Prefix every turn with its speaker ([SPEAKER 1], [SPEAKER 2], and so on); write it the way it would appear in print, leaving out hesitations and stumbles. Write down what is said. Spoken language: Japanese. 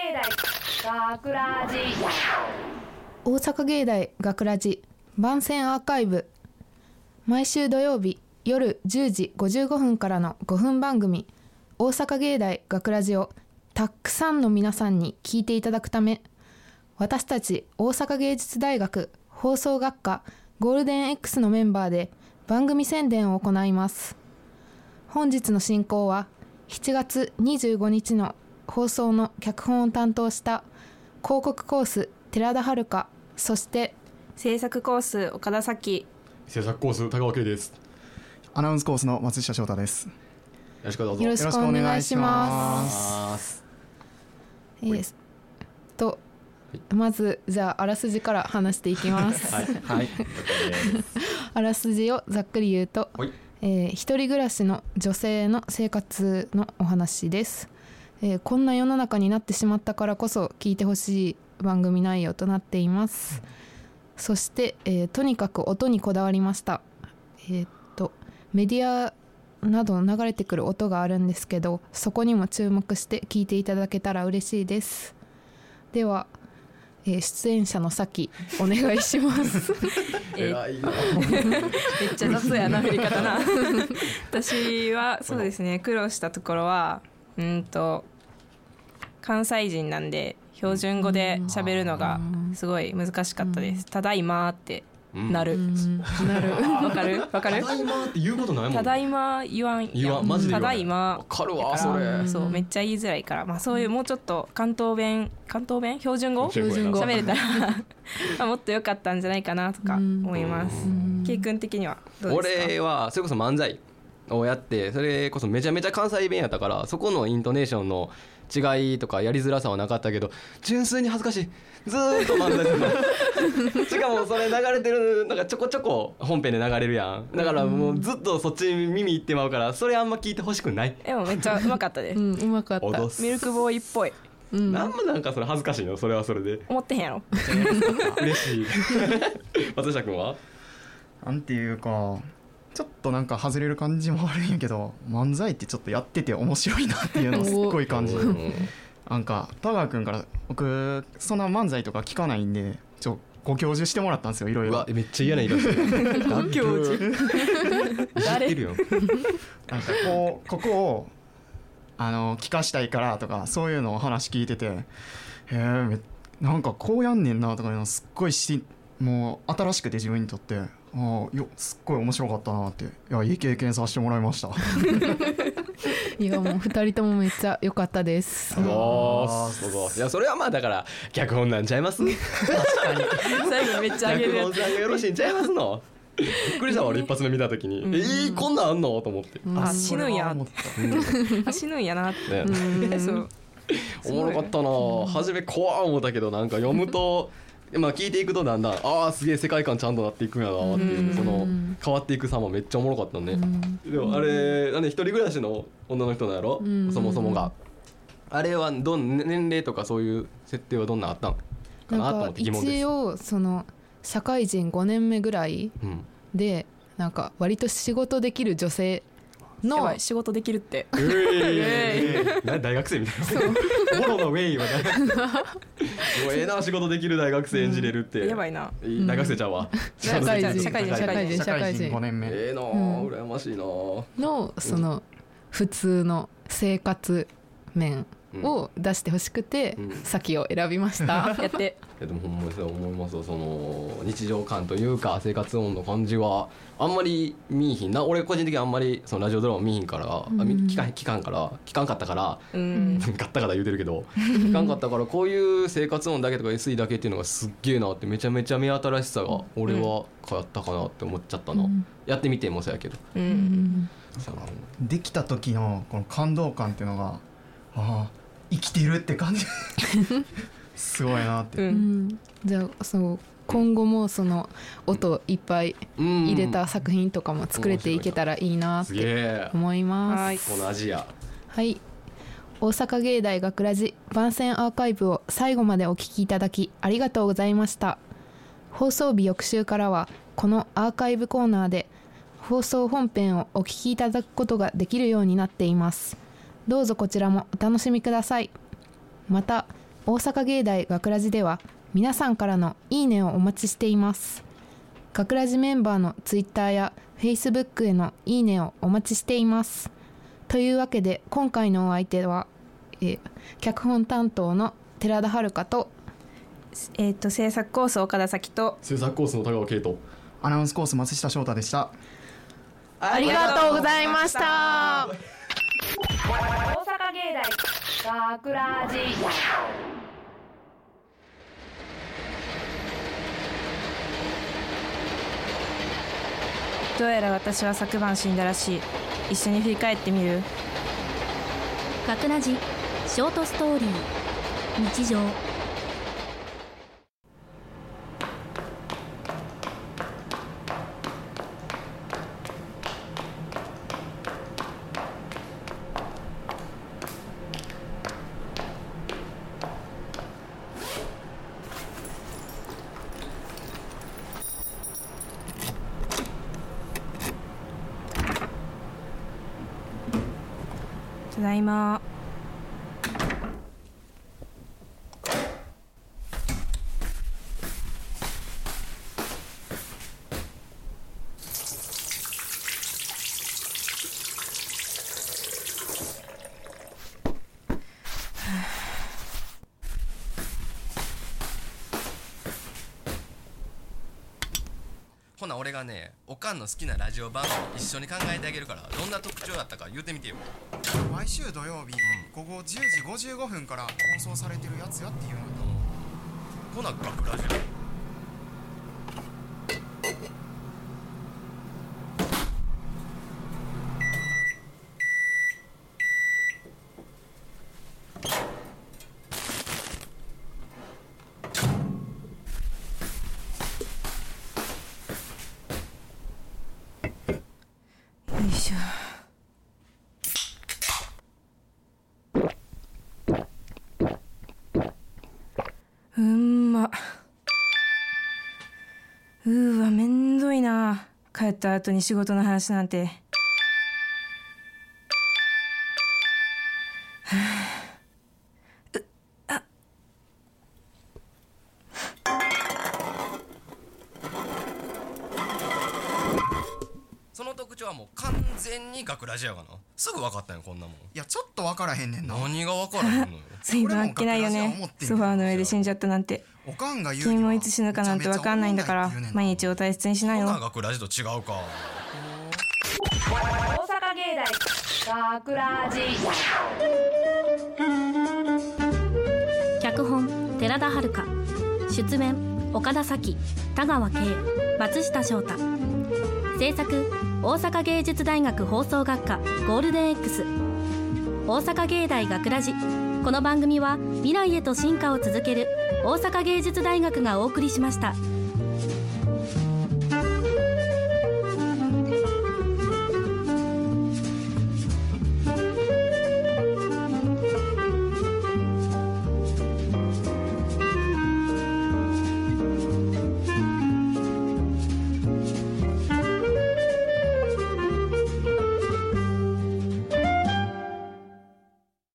[SPEAKER 1] 大学ラジ
[SPEAKER 2] 大阪芸大学ラジ番宣アーカイブ、毎週土曜日夜10時55分からの5分番組大阪芸大学ラジをたくさんの皆さんに聞いていただくため、私たち大阪芸術大学放送学科ゴールデン X のメンバーで番組宣伝を行います。本日の進行は7月25日の放送の脚本を担当した広告コース寺田遥、そして
[SPEAKER 3] 制作コース岡田咲、
[SPEAKER 4] 制作コース高尾圭です。
[SPEAKER 5] アナウンスコースの松下翔太です。
[SPEAKER 4] よろしくどうぞ。
[SPEAKER 2] よろしくお願いします。まずじゃああらすじから話していきます
[SPEAKER 4] はい、はい、
[SPEAKER 2] あらすじをざっくり言うと、一人暮らしの女性の生活のお話です。こんな世の中になってしまったからこそ聞いてほしい番組内容となっています。そして、とにかく音にこだわりました。メディアなど流れてくる音があるんですけど、そこにも注目して聞いていただけたら嬉しいです。では、出演者の先お願いします
[SPEAKER 4] 偉いな
[SPEAKER 3] めっちゃ雑やな振り方な私はそうですね、苦労したところは関西人なんで標準語で喋るのがすごい難しかったです。ただいまってなる、わかる
[SPEAKER 4] ただいまって言うことないもんね。
[SPEAKER 3] ただいま言わんやん、
[SPEAKER 4] マジで言わん。
[SPEAKER 3] ただいま
[SPEAKER 4] わかるわそれ。
[SPEAKER 3] そうめっちゃ言いづらいから、まあそういうもうちょっと関東弁標準語喋れたらまあもっと良かったんじゃないかなとか思います。ケイ君的にはどうですか？
[SPEAKER 4] 俺はそれこそ漫才をやって、それこそめちゃめちゃ関西弁やったから、そこのイントネーションの違いとかやりづらさはなかったけど、純粋に恥ずかしい。ずーっと漫才するのしかもそれ流れてるなんかちょこちょこ本編で流れるやん。だからもうずっとそっちに耳いってまうから、それあんま聞いてほしくない。
[SPEAKER 3] でもめっちゃうまかったです、
[SPEAKER 2] うまかった。
[SPEAKER 3] ミルクボーイっぽい。
[SPEAKER 4] なんもなんかそれ恥ずかしいの、それはそれで
[SPEAKER 3] 思ってへんやろ
[SPEAKER 4] 嬉しい松下君は
[SPEAKER 5] なんていうか、ちょっとなんか外れる感じもあるんやけど、漫才ってちょっとやってて面白いなっていうのをすっごい感じるなんか田川君から僕そんな漫才とか聞かないんでご教授してもらったんですよ、いろいろ。
[SPEAKER 4] めっちゃ嫌な言い方してる
[SPEAKER 3] ご教授
[SPEAKER 4] 誰いるよ
[SPEAKER 5] なんかここを聞かしたいからとかそういうのを話聞いてて、なんかこうやんねんなとかいうのすっごいもう新しくて自分にとってすっごい面白かったなって、いい経験させてもらいました
[SPEAKER 2] いやもう2人ともめっちゃ良かったです。
[SPEAKER 4] すごい。いやそれはまあだから脚本なんちゃいます。確かに
[SPEAKER 3] 最後にめっちゃあげるやつ。
[SPEAKER 4] 脚本さんがよろしいんちゃいますの。びっくりしたわ俺一発目見た時に、こんなんあんのと思って、
[SPEAKER 3] 死ぬんや死ぬんやなってそう
[SPEAKER 4] おもろかったな。初め怖思ったけど、なんか読むとまあ聞いていくとだんだんすげえ世界観ちゃんとなっていくんやなっていう、その変わっていく様めっちゃおもろかったね。でもあれ一人暮らしの女の人なんやろ、そもそもが。あれは年齢とかそういう設定はどんなあったんかなと思って疑問です。
[SPEAKER 2] 一応その社会人5年目ぐらいで、なんか割と仕事できる女性の
[SPEAKER 3] 仕事できるって
[SPEAKER 4] 大学生みたいなボロのウェイはもうな仕事できる大学生演じれるって、
[SPEAKER 3] やばいな。
[SPEAKER 4] 大学生ちゃうわ、
[SPEAKER 3] 社会人
[SPEAKER 5] 5年目
[SPEAKER 4] な羨ましいな
[SPEAKER 2] のその普通の生活面を出してほしくて先を選びました
[SPEAKER 3] やって。
[SPEAKER 4] でもほんまにそう思いますよ。その日常感というか生活音の感じはあんまり見いひんな。俺個人的にあんまりそのラジオドラマ見いひんから、聞かんかったからガッタガタ言うてるけど聞かんかったから、こういう生活音だけとか SE だけっていうのがすっげえなって、めちゃめちゃ目新しさが俺は変わったかなって思っちゃったな、やってみてもそうやけど、
[SPEAKER 5] できた時のこの感動感っていうのが生きてるって感じすごいなって、
[SPEAKER 2] じゃあそう今後もその音いっぱい入れた作品とかも作れていけたらいいなって思います。
[SPEAKER 4] このアジア、
[SPEAKER 2] はい、大阪芸大学ラジ番宣アーカイブを最後までお聞きいただきありがとうございました。放送日翌週からはこのアーカイブコーナーで放送本編をお聞きいただくことができるようになっています。どうぞこちらもお楽しみください。また大阪芸大学ラジでは皆さんからのいいねをお待ちしています。学ラジメンバーのツイッターやフェイスブックへのいいねをお待ちしています。というわけで今回のお相手は、脚本担当の寺田遥と、
[SPEAKER 3] 制作コース岡田咲と
[SPEAKER 4] 制作コースの田川圭と
[SPEAKER 5] アナウンスコース松下翔太でした。
[SPEAKER 2] ありがとうございました。
[SPEAKER 1] 大阪芸大学ラジ。
[SPEAKER 3] どうやら私は昨晩死んだらしい。一緒に振り返ってみる？
[SPEAKER 6] 学ラジショートストーリー日常。
[SPEAKER 3] ただいま。
[SPEAKER 4] ほな俺がね、おかんの好きなラジオ番組一緒に考えてあげるから、どんな特徴だったか言うてみてよ。
[SPEAKER 5] 毎週土曜日、午後10時55分から放送されてるやつやっていうの。
[SPEAKER 4] ほな学ラジ
[SPEAKER 3] よいしょ。わめんどいな。帰った後に仕事の話なんて。
[SPEAKER 4] その特徴はもう完全に学ラジやがな。すぐ分かったんよこんなもん。
[SPEAKER 5] いやちょっと分からへんねんな。
[SPEAKER 4] 何が分からへんのよ。
[SPEAKER 3] 随分あっけないよね。ソファーの上で死んじゃったなんて。
[SPEAKER 5] おかんが言う
[SPEAKER 3] 君もいつ死ぬかなんて分かんないんだから、毎日を大切にしなよ。
[SPEAKER 4] ほな学ラジと違うか。
[SPEAKER 1] 大阪芸大学ラジ。
[SPEAKER 6] 脚本寺田遥、出演岡田咲、田川圭、松下翔太。制作大阪芸術大学放送学科ゴールデン X。 大阪芸大学ラジ。この番組は未来へと進化を続ける大阪芸術大学がお送りしました。